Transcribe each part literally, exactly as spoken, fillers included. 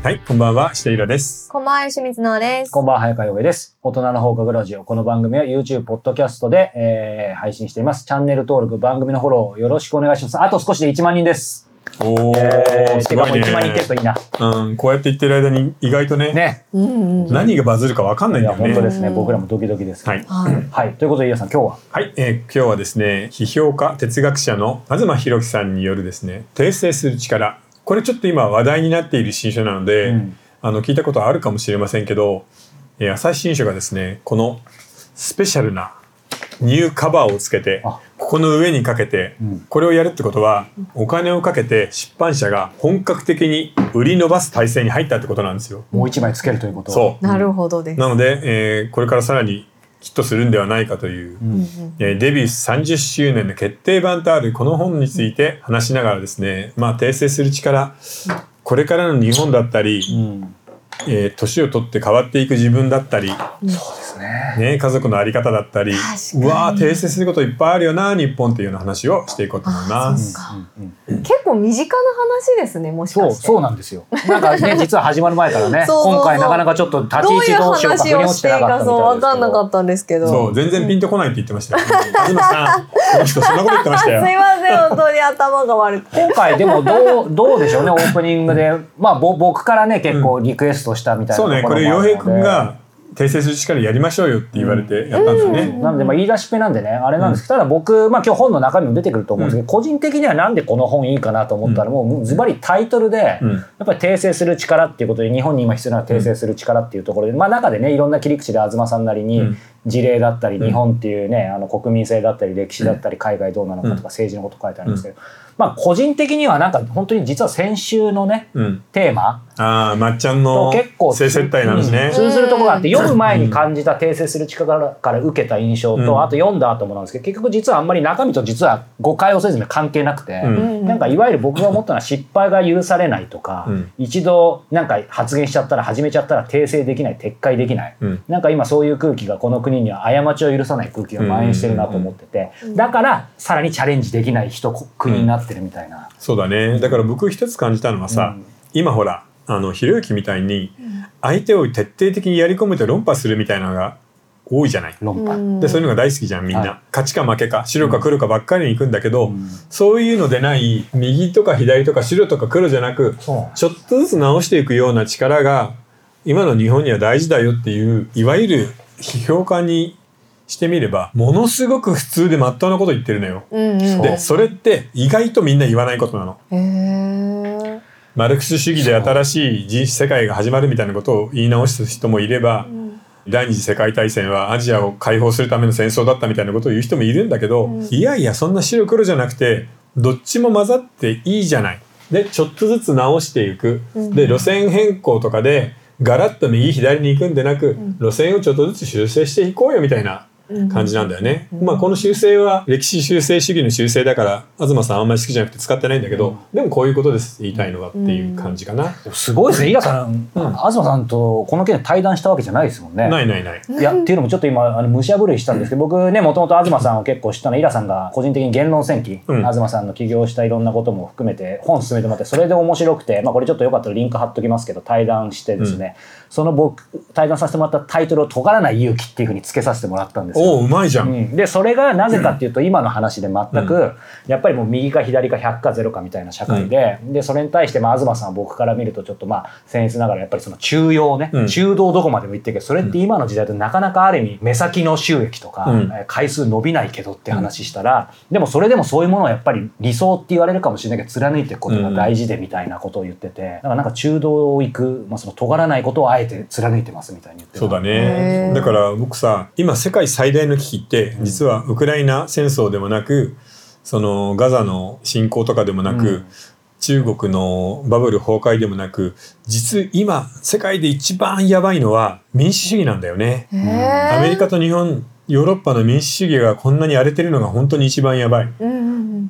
はい、こんばんは、下平です。 こんばんは、清水直です。 こんばんは、早川洋平です。大人の放課後ラジオ。この番組は YouTube、ポッドキャストで、えー、配信しています。チャンネル登録、番組のフォローよろしくお願いします。あと少しでいちまんにんです。 おー、 えー、 すごいね。 いちまんにんいってるといいな。 うん、こうやって言ってる間に意外とね、 ね、 うんうんうん、 何がバズるか分かんないんだよね。 いや、本当ですね。僕らもドキドキです。 はい。 はい。ということで、皆さん、今日ははい、えー、今日はですね、批評家、哲学者の東博樹さんによるですね、訂正する力。これちょっと今話題になっている新書なので、うんあの聞いたことあるかもしれませんけど、えー、朝日新書がですねこのスペシャルなニューカバーをつけてここの上にかけて、うん、これをやるってことはお金をかけて出版社が本格的に売り伸ばす体制に入ったってことなんですよ。 もう一枚つけるということ。 そう。 なるほどです。 なので、えー、これからさらにヒットするんではないかという、うんえー、デビューさんじゅっしゅうねんの決定版とあるこの本について話しながらですね、まあ訂正する力、これからの日本だったり、うんえー、年を取って変わっていく自分だったり、 そうですね。 ね、家族のあり方だったり、うわー訂正することいっぱいあるよな日本っていうような話をしていこうと思います。 うんうん、結構身近な話ですね。もしかして。 そうそうなんですよ。なんかね実は始まる前からねそうそうそう今回なかなかちょっと立ち位置どうしようか腑に落ちてなかったみたいですけど、 分かんなかったんですけど、 そう全然ピンとこないって言ってましたよ。東さん、この人そんなこと言ってましたよ。 すいません本当に頭が悪くて。 今回でもどうどうでしょうねオープニングでまあぼ僕からね結構リクエストしたみたいなところもあるので、うんこれ洋平くんが訂正する力やりましょうよって言われてやったんですよね。 うん、なのでまあ言い出しっぺなんでねあれなんですけど、うん、ただ僕、まあ、今日本の中身も出てくると思うんですけど、うん、個人的にはなんでこの本いいかなと思ったら、うん、もうズバリタイトルで、うん、やっぱり訂正する力っていうことで日本に今必要な訂正する力っていうところで、まあ、中でねいろんな切り口で東さんなりに、うん事例だったり日本っていうねあの国民性だったり歴史だったり海外どうなのかとか政治のこと書いてあるんですけど、まあ個人的にはなんか本当に実は先週のねテーマああまっちゃんの性接待なんですね。 通ずるところがあって読む前に感じた訂正する力から受けた印象とあと読んだ後もなんですけど結局実はあんまり中身と実は誤解をせずに関係なくてなんかいわゆる僕が思ったのは失敗が許されないとか一度なんか発言しちゃったら始めちゃったら訂正できない撤回できないなんか今そういう空気がこの国には過ちを許さない空気が蔓延してるなと思っててだからさらにチャレンジできない人国になってるみたいな、うん、 そうだね。だから僕一つ感じたのはさ、うん、今ほらあのひろゆきみたいに相手を徹底的にやり込めて論破するみたいなのが多いじゃない。論破でそういうのが大好きじゃんみんな、はい、勝ちか負けか白か黒かばっかりに行くんだけど、うん、そういうのでない右とか左とか白とか黒じゃなくちょっとずつ直していくような力が今の日本には大事だよっていういわゆる批評家にしてみればものすごく普通で真っ当なこと言ってるのよ、うんうん、でそれって意外とみんな言わないことなの。へーマルクス主義で新しい世界が始まるみたいなことを言い直す人もいれば、うん、第二次世界大戦はアジアを解放するための戦争だったみたいなことを言う人もいるんだけど、うん、いやいやそんな白黒じゃなくてどっちも混ざっていいじゃない。でちょっとずつ直していく、うん、で路線変更とかでガラッと右左に行くんでなく、うん、路線をちょっとずつ修正していこうよみたいな感じなんだよね、うん、まあこの修正は歴史修正主義の修正だから東さんあんまり好きじゃなくて使ってないんだけど、うん、でもこういうことです言いたいのはっていう感じかな、 うん、すごいですね。イラさん、うん、東さんとこの件で対談したわけじゃないですもんね。 ないないない。 いやっていうのもちょっと今あの武者震いしたんですけど、僕ねもともと東さんを結構知ったのはイラさんが個人的に言論戦記、うん、東さんの起業したいろんなことも含めて本進めてもらってそれで面白くて、まあ、これちょっとよかったらリンク貼っときますけど対談してですね、うん、その僕対談させてもらったタイトルを尖らない勇気っていう風につけさせてもらったんですよ。 おうまいじゃん、 うん、でそれがなぜかっていうと今の話で全く、うん、やっぱりもう右か左かひゃくかゼロかみたいな社会で、うん、でそれに対してまあ東さんは僕から見るとちょっとまあ僭越ながらやっぱりその中庸ね、うん、中道どこまでも言ってるけどそれって今の時代となかなかある意味目先の収益とか、うん、回数伸びないけどって話したら、うん、でもそれでもそういうものをやっぱり理想って言われるかもしれないけど貫いていくことが大事でみたいなことを言っててだからなんか中道を行く、まあ、その尖らないことをあえて貫いてますみたいに言ってた。 そうだね。だから僕さ今世界最大の危機って実はウクライナ戦争でもなくそのガザの侵攻とかでもなく、うん、中国のバブル崩壊でもなく実今世界で一番やばいのは民主主義なんだよね。アメリカと日本ヨーロッパの民主主義がこんなに荒れてるのが本当に一番やばい、うんうんうん、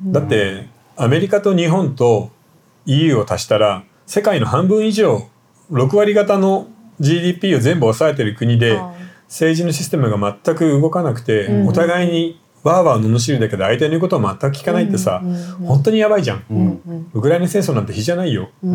だってアメリカと日本と イーユー を足したら世界の半分以上ろくわり型の ジーディーピー を全部抑えてる国で政治のシステムが全く動かなくて、うん、お互いにわーわー罵るだけど相手の言うことを全く聞かないってさ、 うんうんうん、 本当にやばいじゃん、 うん、 ウクライナ戦争なんて比じゃないよ、 うん、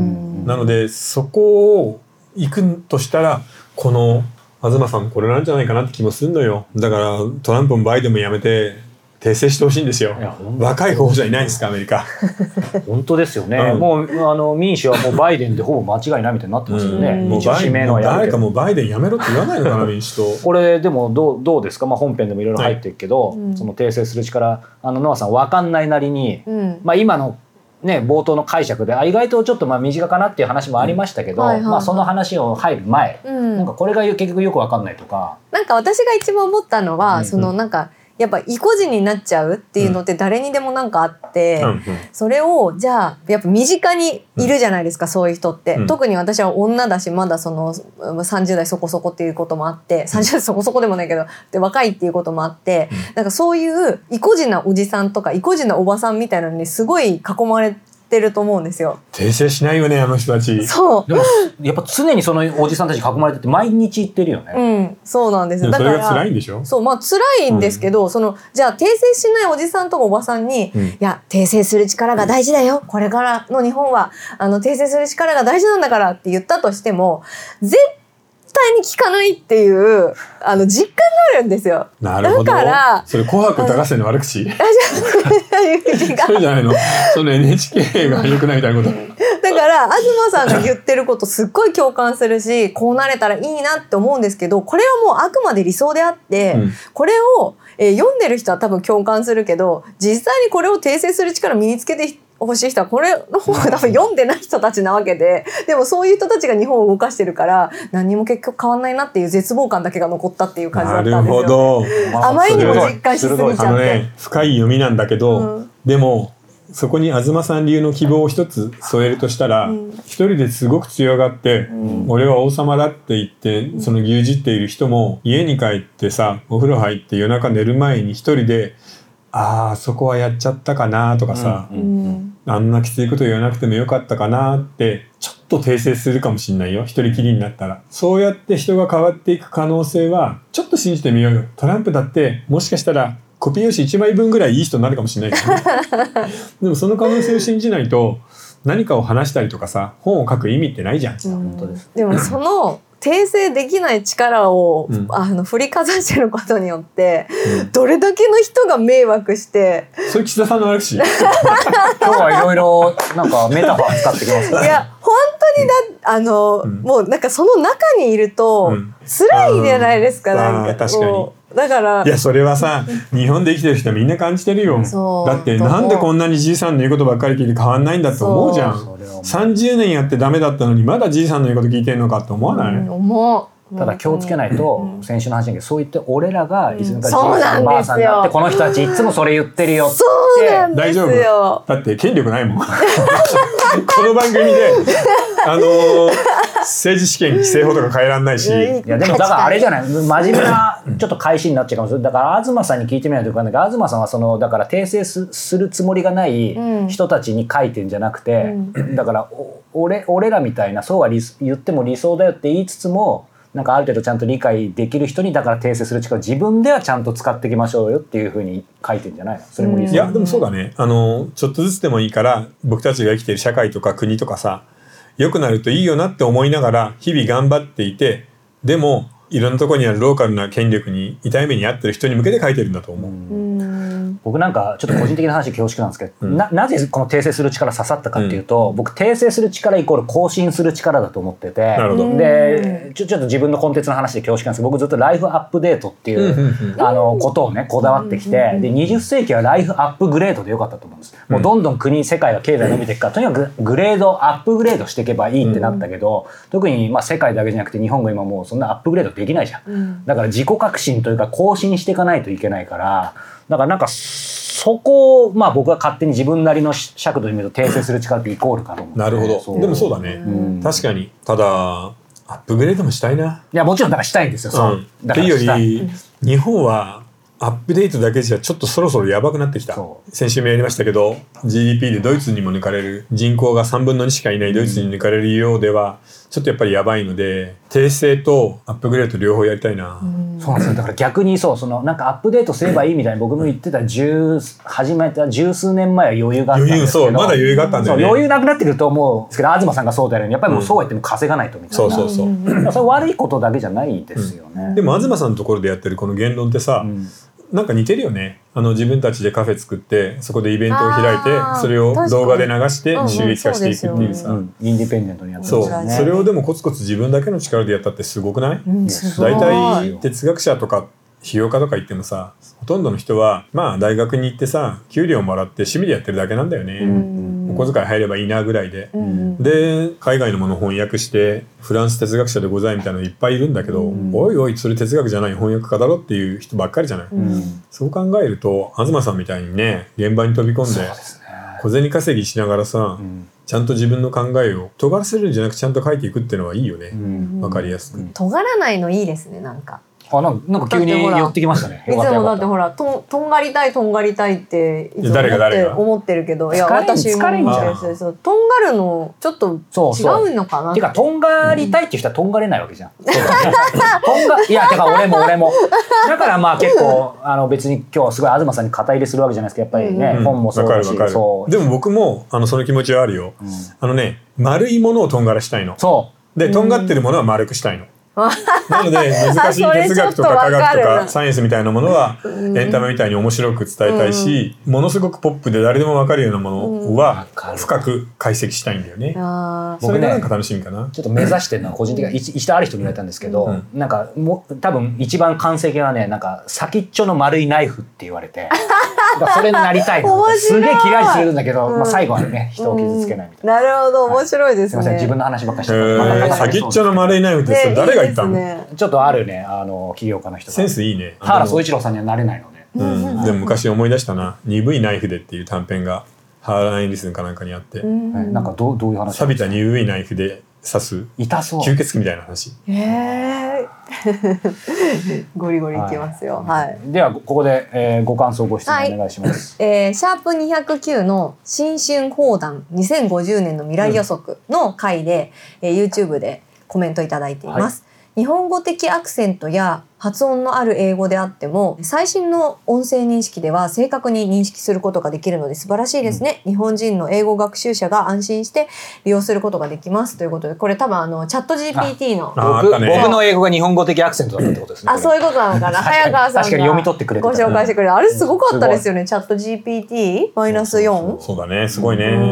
なのでそこを行くとしたらこの東さんこれなんじゃないかなって気もするのよ。だからトランプもバイデンもやめて訂正してほしいんですよ。若い候補者いないんですかアメリカ。 本当ですよね、 うん、 もうあの民主はもうバイデンでほぼ間違いないみたいになってますよね、うん、 もうバイデンもう誰かもうバイデンやめろって言わないのかな民主党。 これでもどう、どうですか、まあ、本編でもいろいろ入ってるけど、はい、その訂正する力あのノアさん分かんないなりに、うん、まあ、今のね、冒頭の解釈であ意外とちょっとまあ身近かなっていう話もありましたけど、うん、はいはいはい、まあ、その話を入る前、うん、なんかこれが結局よく分かんないとか、 なんか私が一番思ったのは、うん、そのなんかやっぱ意固地になっちゃうっていうのって誰にでもなんかあって、うん、それをじゃあやっぱ身近にいるじゃないですか、うん、そういう人って、うん、特に私は女だしまだそのさんじゅう代そこそこっていうこともあって、さんじゅう代そこそこでもないけどで若いっていうこともあって、うん、なんかそういう意固地なおじさんとか意固地なおばさんみたいなのにすごい囲まれててると思うんですよ。 訂正しないよねあの人たち。 そうでもやっぱ常にそのおじさんたちに囲まれてて毎日言ってるよね。 うん、そうなんですよ。 だからそれが辛いんでしょ。 そう、まあ辛いんですけど、うん、そのじゃあ訂正しないおじさんとかおばさんに、うん、いや訂正する力が大事だよ、これからの日本はあの訂正する力が大事なんだからって言ったとしても絶対に聞かないっていうあの実感があるんですよ。 なるほど。だからそれ紅白歌合戦の悪口。そうじゃないの。その エヌエイチケー が良くないみたいなこと。 だから東さんが言ってることすっごい共感するし、こうなれたらいいなって思うんですけど、これはもうあくまで理想であって、うん、これを、えー、読んでる人は多分共感するけど、実際にこれを訂正する力身につけて欲しい人はこれの方が多分読んでない人たちなわけで、でもそういう人たちが日本を動かしてるから何にも結局変わんないなっていう絶望感だけが残ったっていう感じだったんですよ。なるほど。あまりにも実感しすぎちゃって、あのね、 深い読みなんだけど、うん、でもそこに東さん流の希望を一つ添えるとしたら、うん、一人ですごく強がって、うん、俺は王様だって言ってその牛耳っている人も家に帰ってさお風呂入って夜中寝る前に一人でああそこはやっちゃったかなとかさ、うん、あんなきついこと言わなくてもよかったかなってちょっと訂正するかもしれないよ、一人きりになったら。そうやって人が変わっていく可能性はちょっと信じてみようよ。トランプだってもしかしたらコピー用紙いちまいぶんぐらいいい人になるかもしれないからね。でもその可能性を信じないと何かを話したりとかさ本を書く意味ってないじゃん。 うん、本当です。でもその訂正できない力を、うん、あの振りかざしてることによって、うん、どれだけの人が迷惑して、 それ岸田さんの悪口。今日はいろいろなんかメタファー使ってきますね。 いや本当にだあの、うん、もうなんかその中にいると、うん、辛いじゃないですか、なんか確かに。 だからいやそれはさ日本で生きてる人はみんな感じてるよ。だってなんでこんなにじいさんの言うことばっかり聞いて変わんないんだって思うじゃん。さんじゅうねんやってダメだったのにまだじいさんの言うこと聞いてるのかって思わない？うん、 思う。 ただ気をつけないと、うん、先週の話だけどそう言って俺らがいつの間にかじいさんばあさんになってこの人たちいつもそれ言ってるよってそうなんですよ。 大丈夫？だって権力ないもん。この番組であのー、政治試験規正法とか変えらんないし。いやでもだからあれじゃない真面目なちょっと返しになっちゃうかもしれない。だから東さんに聞いてみないと分かんないけど、東さんはそのだから訂正 す, するつもりがない人たちに書いてんじゃなくて、うん、だから俺俺らみたいなそうは言っても理想だよって言いつつもなんかある程度ちゃんと理解できる人にだから訂正する力を自分ではちゃんと使っていきましょうよっていうふうに書いてんじゃないの？それも理想。 いやでもそうだね。あのちょっとずつでもいいから僕たちが生きている社会とか国とかさ良くなるといいよなって思いながら日々頑張っていて、でもいろんなところにあるローカルな権力に痛い目に遭ってる人に向けて書いてるんだと思う。うん僕なんかちょっと個人的な話で恐縮なんですけど、うん、な, なぜこの訂正する力刺さったかっていうと、うん、僕訂正する力イコール更新する力だと思ってて、なるほど。でちょ、ちょっと自分のコンテンツの話で恐縮なんですけど、僕ずっとライフアップデートっていう、うん、あのことをねこだわってきて、でにじゅっ世紀はライフアップグレードでよかったと思うんです。もうどんどん国世界が経済伸びていくからとにかくグレードアップグレードしていけばいいってなったけど、うん、特にまあ世界だけじゃなくて日本が今もうそんなアップグレードできないじゃん、うん、だから自己革新というか更新していかないといけないから、だからなんかそこをまあ僕は勝手に自分なりの尺度で見ると訂正する力ってイコールかと思う。 なるほど。でもそうだね、うん、確かに。ただアップグレードもしたいな。 いやもちろんだからしたいんですよ、そう、うん、だからしたい。っていうより日本はアップデートだけじゃちょっとそろそろやばくなってきた。先週もやりましたけど ジーディーピー でドイツにも抜かれる、人口がさんぶんのにしかいないドイツに抜かれるようではちょっとやっぱりやばいので訂正とアップグレード両方やりたいな。 そうなんですよ。だから逆にそうそのなんかアップデートすればいいみたいに僕も言ってた十始めた十数年前は余裕があったんですけど、 余裕そうまだ余裕があったんだよね。 そう余裕なくなってくると思うんですけど、東さんがそうだよね。やっぱりもうそうは言っても稼がないとみたいな。 そうそうそう。 それ悪いことだけじゃないですよね。 うん、でも東さんのところでやってるこの言論ってさ、うん、なんか似てるよね。あの自分たちでカフェ作ってそこでイベントを開いてそれを動画で流して収益化していくっていうさ、 うんうん、インディペンデントにやってるんですよね。そうそれをでもコツコツ自分だけの力でやったってすごくない？うん、大体哲学者とか起業家とか言ってもさ、ほとんどの人はまあ大学に行ってさ給料もらって趣味でやってるだけなんだよね。お小遣い入ればいいなぐらいで、うん、で海外のものを翻訳してフランス哲学者でございみたいなのいっぱいいるんだけど、うん、おいおいそれ哲学じゃない翻訳家だろっていう人ばっかりじゃない、うん、そう考えると東さんみたいにね現場に飛び込んで小銭稼ぎしながらさ、うん、ちゃんと自分の考えを尖らせるんじゃなくちゃんと書いていくっていうのはいいよね、うん、分かりやすく、うん、 尖らないのいいですね。なんかあなんか、なんか急に寄ってきましたね。 いつもだってほら と, とんがりたいとんがりたいっていつも思って思ってるけど、いや私もそうとんがるのちょっと違うのかなって。 てかとんがりたいっていう人はとんがれないわけじゃん。とんがいやてか俺も俺もだからまあ結構あの別に今日はすごい東さんに肩入れするわけじゃないですけどやっぱりね、うん、本もそうだし、そうでも僕もあのその気持ちはあるよ、うん、あのね丸いものをとんがらしたいの。 そうでとんがってるものは丸くしたいの。なので難しい哲学とか科学とかサイエンスみたいなものはエンタメみたいに面白く伝えたいし、うん、ものすごくポップで誰でも分かるようなものは深く解析したいんだよね。それがなんか楽しみかな。 ちょっと目指してるのは個人的に一度ある人に言われたんですけど、うん、なんかも多分一番完成形はねなんか先っちょの丸いナイフって言われてそれになりたいのすげえキラリするんだけど、うんまあ、最後はね人を傷つけないみたいな、 うん、なるほど面白いですね、はい、 すいません自分の話ばっかりしてます。先っちょの丸いナイフってそれ誰が言ったの？ ねちょっとあるねあの起業家の人がセンスいいね。 田原総一郎さんにはなれないので、 うんうん、でも昔思い出したな鈍いナイフでっていう短編がハーラーエンリスンかなんかにあって、うん、 なんかどうどういう話？ 錆びた鈍いナイフで刺す痛そう吸血鬼みたいな話。 へーゴリゴリいきますよ、はいはい、 ではここで、えー、ご感想ご質問お願いします、 はいえー、シャープにひゃくきゅうの新春砲弾にせんごじゅうねんの未来予測の回で、うんえー、YouTube でコメントいただいています、はい、日本語的アクセントや発音のある英語であっても最新の音声認識では正確に認識することができるので素晴らしいですね、うん、日本人の英語学習者が安心して利用することができますということでこれ多分あのチャット ジーピーティー の僕, ね、僕の英語が日本語的アクセントだったってことですね。 あそういうことなのかな早川さんが確かに読み取ってくれてご紹介してくれるあれすごかったですよね、うん、チャット ジーピーティーマイナスよんそうだねすごいね、うん、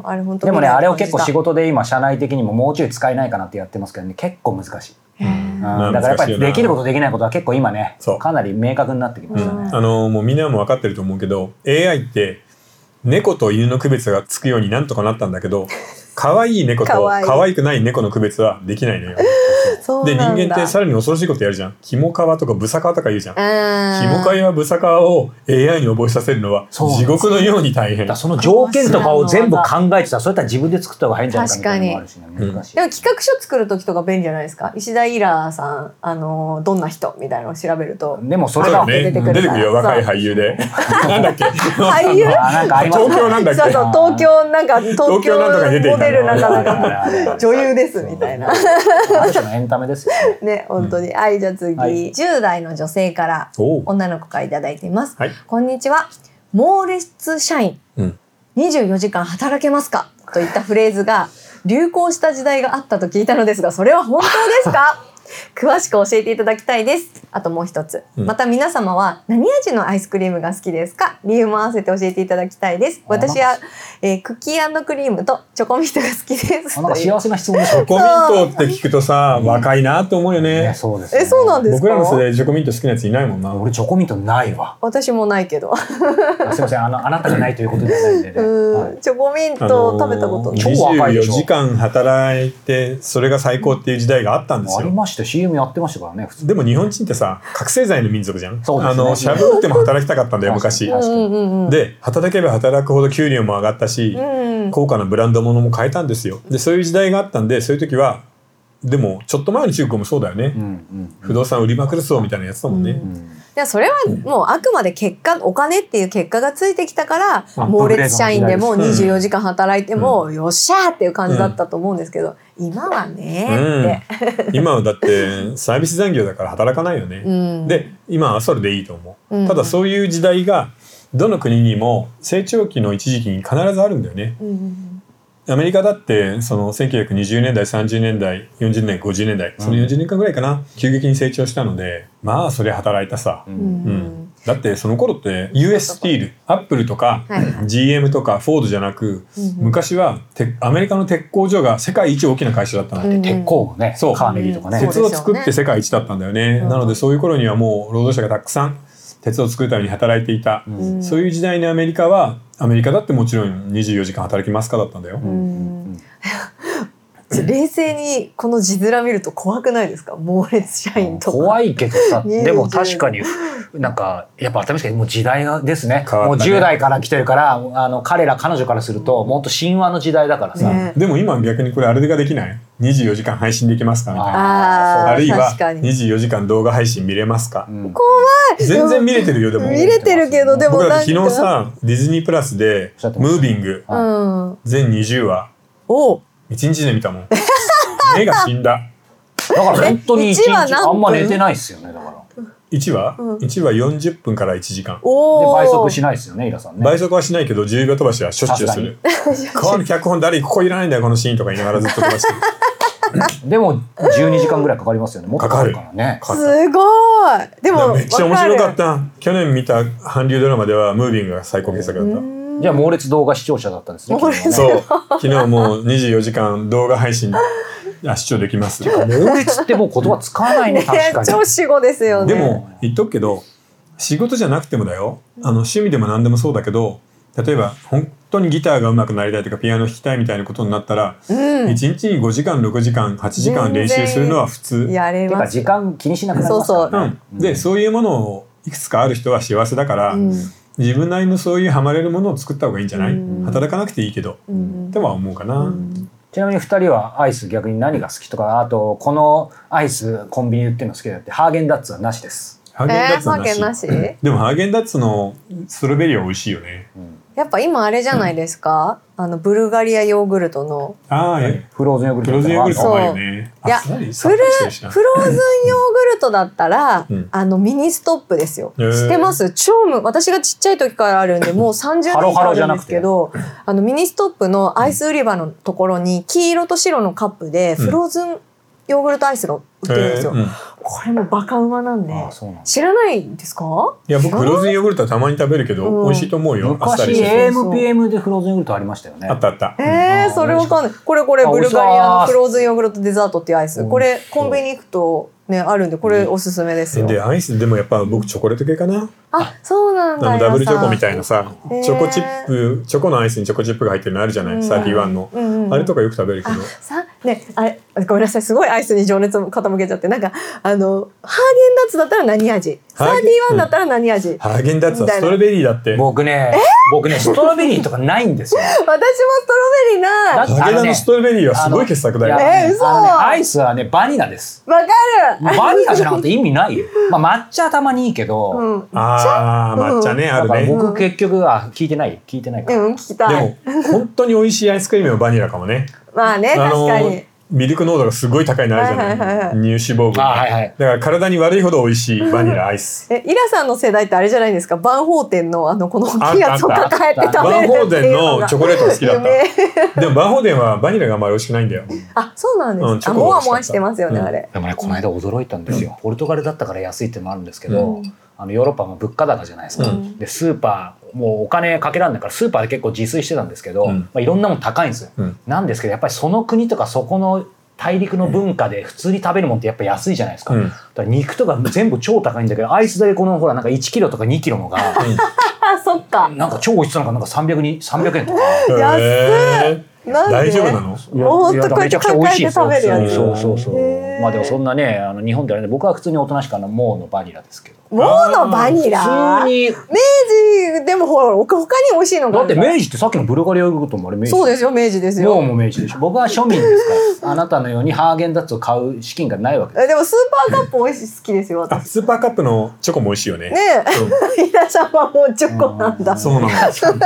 あれ本当でもねあれを結構仕事で今社内的にももうちょい使えないかなってやってますけどね結構難しい。うん、だからやっぱりできることできないことは結構今ねかなり明確になってきましたね、 うん、あのもうみんなも分かってると思うけど エーアイ って猫と犬の区別がつくようになんとかなったんだけど可愛い猫と可愛くない猫の区別はできないのよ。で人間ってさらに恐ろしいことやるじゃん。キモカワとかブサカワとか言うじゃん。キモカワブサカワを エーアイ に覚えさせるのは地獄のように大変。 だその条件とかを全部考えてたらそれとは自分で作った方が早いんじゃないかみたいなのもあるしね難しい、 うん、でも企画書作る時とか便利じゃないですか。石田イラーさんあのどんな人みたいなのを調べるとでもそれが出てくる、ね、出てくるよ若い俳優でなんだっけ俳優なんかあります、ね、 東京なんだっけそうそう東京なんか東京モデルなんかなんか女優ですみたいなある種のエンタメですよねね本当に、うん、はいじゃあ次、はい、じゅう代の女性から女の子からいただいています、はい、こんにちは猛烈社員、うん、にじゅうよじかん働けますかといったフレーズが流行した時代があったと聞いたのですがそれは本当ですか詳しく教えていただきたいです。あともう一つ、うん、また皆様は何味のアイスクリームが好きですか理由も合わせて教えていただきたいです。私は、えー、クッキー&クリームとチョコミントが好きです。 なんか幸せな質問ですチョコミントって聞くとさ若いなと思うよね、 ねそうですねえそうなんですか。 僕らの世代チョコミント好きなやついないもんな。 俺チョコミントないわ。 私もないけどすいません あのあなたがないということではないんでねはい、チョコミント食べたことない、 あのー、にじゅうよじかん働いてそれが最高っていう時代があったんですよ。 ありました シーエム やってましたからね。 でも日本人ってさ覚醒剤の民族じゃん。 そうですね、 あのしゃぶっても働きたかったんだよ昔。 確かにで働けば働くほど給料も上がったし、うん、高価なブランド物も買えたんですよ。でそういう時代があったんでそういう時はでもちょっと前の中国もそうだよね、 うんうん、 不動産売りまくるそうみたいなやつだもんね、うんうん、 いやそれはもうあくまで結果お金っていう結果がついてきたから猛烈社員でもにじゅうよじかん働いても、うん、よっしゃーっていう感じだったと思うんですけど、うん、今はねーって、 うん、今はだってサービス残業だから働かないよね、うん、で今はそれでいいと思う、うん、ただそういう時代がどの国にも成長期の一時期に必ずあるんだよね、うんアメリカだってそのせんきゅうひゃくにじゅうねんだいさんじゅうねんだいよんじゅうねんごじゅうねんだいそのよんじゅうねんかんぐらいかな、うん、急激に成長したのでまあそれ働いたさ、うんうん、だってその頃って ユーエス スティールアップルとか ジーエム とかフォードじゃなく、うん、昔はアメリカの鉄工所が世界一大きな会社だったの、うん、 鉄工具ねそうカーネギーとかね鉄を作って世界一だったんだよね、うん、なのでそういう頃にはもう労働者がたくさん鉄を作るために働いていた、うん、そういう時代にアメリカはアメリカだってもちろんにじゅうよじかん働きますかだったんだよ、うん冷静にこの字面見ると怖くないですか猛烈社員とか怖いけどさでも確かになんかやっぱ確かにもう時代がですねもうじゅう代から来てるからあの彼ら彼女からするともっと神話の時代だからさ、ね、 でも今逆にこれあれができないにじゅうよじかん配信できますかみたいな あ, あるいはにじゅうよじかん動画配信見れますか、うん、 怖い全然見れてるよでも見れてるけどでも僕だって昨日さディズニープラスでムービング、うん、全にじゅうわおいちにちで見たもん目が死んだだから本当にいちにちあんま寝てないっすよねだからいちわ、うん、いちわよんじゅっぷんからいちじかんで倍速しないですよねイラさんね倍速はしないけどじゅうびょう飛ばしはしょっちゅうするこの脚本誰ここいらないんだよこのシーンとか言いながらずっと飛ばしてるでもじゅうにじかんぐらいかかりますよねもっとかかるからねすごいでもめっちゃ面白かった去年見た韓流ドラマではムービングが最高傑作だったじゃあ猛烈動画視聴者だったんですね。 昨日ねそう昨日もうにじゅうよじかん動画配信視聴できます。 猛烈ってもう言葉使わないね確かに。 超死語ですよね。 でも言っとくけど仕事じゃなくてもだよ。あの趣味でも何でもそうだけど、例えば本当にギターが上手くなりたいとかピアノ弾きたいみたいなことになったら、うん、いちにちにごじかんろくじかんはちじかん練習するのは普通。 やれます。 てか時間気にしなくなりますからね。 そうそう、うん、でそういうものをいくつかある人は幸せだから。うん自分なりのそういうハマれるものを作った方がいいんじゃない、うん、働かなくていいけど、うん、とは思うかな、うん、 ちなみにふたりはアイス逆に何が好きとかあとこのアイスコンビニ売ってるの好きだってハーゲンダッツはなしですハーゲンダッツはなし、えー、なしでもハーゲンダッツのストロベリーは美味しいよね、うん、 やっぱ今あれじゃないですか、うん、あのブルガリアヨーグルトのあーフローズンヨーグルトフローズンヨーグルトうまいよねいやフルフローズンヨーグルトだったら、うん、あのミニストップですよ、えー、知ってます超無私がちっちゃい時からあるんでもうさんじゅうねんかんあるんですけどあのミニストップのアイス売り場のところに黄色と白のカップでフローズンヨーグルトアイスが売ってるんですよ、えーうん、これもバカうまなんで知らないんですか？ いや僕フローズンヨーグルトはたまに食べるけど、うん、美味しいと思うよ。 昔 エーエムピーエム でフローズンヨーグルトありましたよね。 あったあった。 えー、それわかんない。これこれブルガリアのフローズンヨーグルトデザートっていうアイス。これコンビニ行くとねあるんでこれおすすめですよ。 でアイスでもやっぱ僕チョコレート系かな。 あそうなんだ。 あのダブルチョコみたいなさ、チョコチップチョコのアイスにチョコチップが入ってるのあるじゃない。サーティワンの、うんうん、あれとかよく食べるけど。 さねあれごめんなさいすごいアイスに情熱を傾けちゃってなんかあのハーゲンダッツだったら何味？サーティワンだったら何味？うん、 ハーゲンダッツはストロベリーだって。 僕ね僕ねストロベリーとかないんですよ。 私もストロベリーない。 ハーゲンダッツのストロベリーはすごい傑作だよ。 え嘘、 ね。アイスはねバニラです。 わかる。 バニラじゃなくて意味ないよ。まあ抹茶はたまにいいけど。うん、 ああ抹茶ね、うん、あるね。 僕結局あ聞いてない聞いてないから。 うん聞きたい。でも本当に美味しいアイスクリームはバニラかもね。 まあね確かに。 ミルク濃度がすごい高いのあるじゃない、はいはいはいはい、乳脂肪分、はいはい、だから体に悪いほど美味しいバニラアイス。 えイラさんの世代ってあれじゃないですかバンホーテンのあのこの大きいやつを抱えて食べるっていうのがバンホーテンのチョコレートが好きだったでもバンホーテンはバニラがあんまり美味しくないんだよ。 あそうなんです、うん、あもわもわしてますよね、うん、あれでもねこの間驚いたんですよ、うん、ポルトガルだったから安いっていうのもあるんですけど、うん、あのヨーロッパも物価高じゃないですか、うん、でスーパーもうお金かけらんないからスーパーで結構自炊してたんですけど、うんまあ、いろんなもの高いんですよ、うん、なんですけどやっぱりその国とかそこの大陸の文化で普通に食べるもんってやっぱ安いじゃないですか、うん、だから肉とか全部超高いんだけどアイスだけこのほらなんかいちキロとかにキロのが、 うん、そっかなんか超美味しそうなのがなんかさんびゃくえんとか安いなんで大丈夫なの？ いやほんとこうやってめちゃくちゃ美味しいですよ。 抱えて食べるやつそうそうそう。 へーまあでもそんなね、あの日本ではね、僕は普通におとなしくあのモーのバニラですけど。 モーのバニラ普通に。 明治でもほら他に美味しいのがだってあるから明治ってさっきのブルガリアヨーグルトもあれ明治。 そうですよ明治ですよ。 モーも明治でしょ。僕は庶民ですから。あなたのようにハーゲンダッツを買う資金がないわけです。 えでもスーパーカップ美味しい好きですよあ私。 スーパーカップのチョコも美味しいよね。 ねえ、皆さんはもうチョコなんだ。 そうなの。 い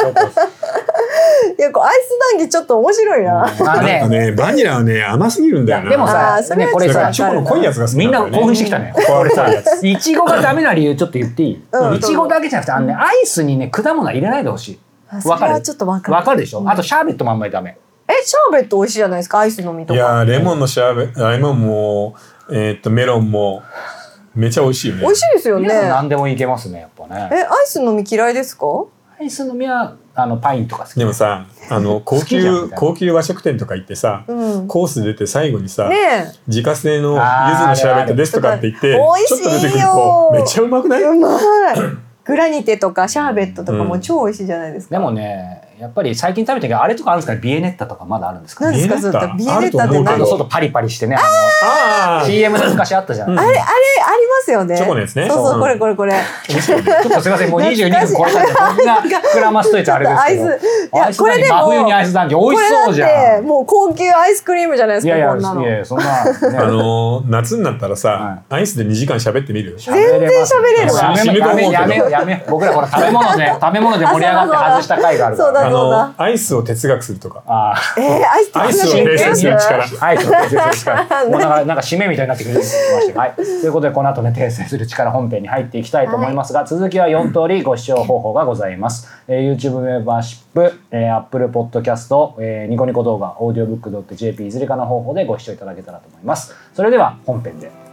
やこうアイス談義ちょっと面白いな。 あのなんかね。 ねバニラはね甘すぎるんだよな。 でもさあーそれはねこれさだからチョコの濃いやつが好きみんななんだよね。 興奮してきたね。これさ、いちごがダメな理由ちょっと言っていい？ うんいちごだけじゃなくてあのねアイスにね果物は入れないでほしい。 あそれはちょっとわかる。 わかるでしょ。あとシャーベットもあんまりダメ。 えシャーベット美味しいじゃないですかアイスの実といか。 やーレモンのシャーベットレモンもえーっとメロンもめちゃ美味しいよね。 美味しいですよね。 皆さん何でもいけますねやっぱね。 えアイスの実嫌いですか？ アイスの実はあのパインとか好き。 でもさあの高好きじゃんみたいな級高級和食店とか行ってさ、 うんコース出て最後にさ、 ねえ。 自家製の柚子あーのシャーベットですとかって言ってあるあるちょっと出てくる美味しいよとめっちゃうまくない？ うまい。グラニテとかシャーベットとかも超美味しいじゃないですか。 でもねやっぱり最近食べたけどあれとかあるんですかね。ビエネッタとかまだあるんですかね。 何ですかそれビエネッタってあると思うけど何？ あの外パリパリしてね。あああの シーエム で昔あったじゃん。 うんあれあれありますよね。 チョコのやつねそうそううんこれこれこれ。 ちょっとすみませんもうにじゅうにふん超えたんでこんな膨らますといてあれですけど。 アイスいやアイスこれでも真冬にアイス談義美味しそうじこれだゃん。 ってもう高級アイスクリームじゃないですかいやいやこんなの。 いやそんな、ね。 あのー夏になったらさ、 はアイスでにじかん喋ってみる？ 全然喋れるわやめやめやめようやめよう僕らほら食べ物で食べ物で盛り上がって外した回があるから。 そうだあそうだのアイスを哲学するとかあーえー、アイスってアイスを哲学訂正する力。 はい、そう訂正する力。もうなんか、なんか締めみたいになってきました。はい、ということで、この後ね、訂正する力本編に入っていきたいと思いますが、続きはよん通りご視聴方法がございます。えー、YouTube メンバーシップ、えー、Apple Podcast、えー、ニコニコ動画、オーディオブック .jp いずれかの方法でご視聴いただけたらと思います。それでは本編で。